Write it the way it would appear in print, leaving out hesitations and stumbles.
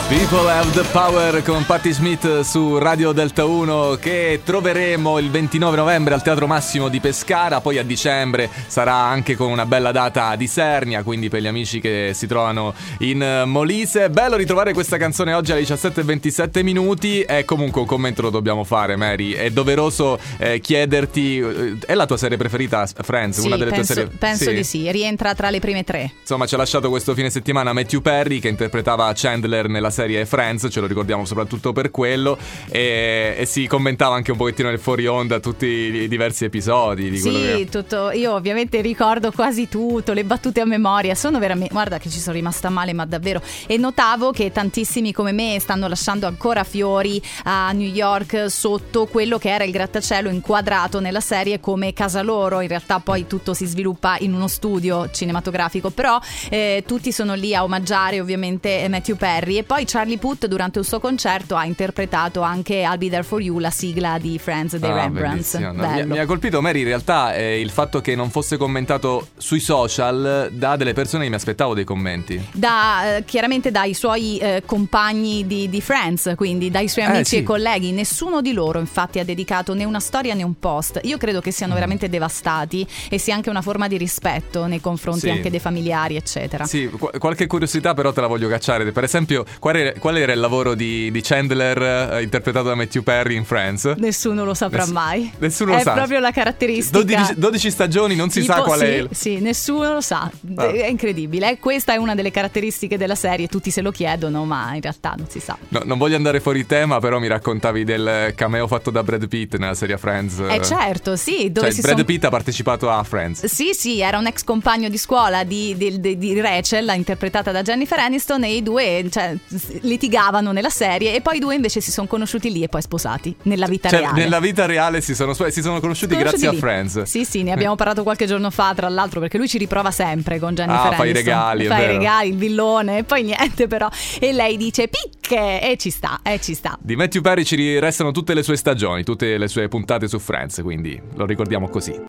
People Have the Power con Patti Smith su Radio Delta 1, che troveremo il 29 novembre al Teatro Massimo di Pescara. Poi a dicembre sarà anche con una bella data di Sernia, quindi per gli amici che si trovano in Molise. Bello ritrovare questa canzone oggi alle 17:27 minuti. E comunque un commento lo dobbiamo fare, Mary. È doveroso chiederti, è la tua serie preferita, Friends? Sì, una delle tue serie? Penso di sì, rientra tra le prime 3. Insomma, ci ha lasciato questo fine settimana Matthew Perry, che interpretava Chandler nella serie Friends, ce lo ricordiamo soprattutto per quello, e si commentava anche un pochettino nel fuori onda tutti i diversi episodi di quello che... tutto. Io ovviamente ricordo quasi tutto, le battute a memoria, sono veramente, guarda che ci sono rimasta male, ma davvero. E notavo che tantissimi come me stanno lasciando ancora fiori a New York sotto quello che era il grattacielo inquadrato nella serie come casa loro. In realtà poi tutto si sviluppa in uno studio cinematografico, però tutti sono lì a omaggiare ovviamente Matthew Perry. E poi Charlie Puth durante un suo concerto ha interpretato anche I'll Be There For You, la sigla di Friends dei Rembrandts. Mi ha colpito, Mary, in realtà il fatto che non fosse commentato sui social da delle persone che mi aspettavo dei commenti. Chiaramente dai suoi compagni di Friends, quindi dai suoi amici e colleghi. Nessuno di loro infatti ha dedicato né una storia né un post. Io credo che siano veramente devastati e sia anche una forma di rispetto nei confronti anche dei familiari, eccetera. Sì, qualche curiosità però te la voglio cacciare. Per esempio, qual era il lavoro di Chandler interpretato da Matthew Perry in Friends? Nessuno lo saprà mai. Nessuno lo sa. È proprio la caratteristica. 12 stagioni, non si sa qual è. Sì, nessuno lo sa. È incredibile. Questa è una delle caratteristiche della serie. Tutti se lo chiedono, ma in realtà non si sa. No, non voglio andare fuori tema, però mi raccontavi del cameo fatto da Brad Pitt nella serie Friends. Certo, sì. Dove Brad Pitt ha partecipato a Friends. Sì, era un ex compagno di scuola di Rachel, interpretata da Jennifer Aniston, e i due litigavano nella serie, e poi i due invece si sono conosciuti lì e poi sposati nella vita reale. Nella vita reale si sono conosciuti grazie a Friends. Sì, ne abbiamo parlato qualche giorno fa, tra l'altro, perché lui ci riprova sempre con Jennifer Aniston. Fa i regali, il villone, e poi niente però. E lei dice picche, e ci sta. Di Matthew Perry ci restano tutte le sue stagioni, tutte le sue puntate su Friends, quindi lo ricordiamo così.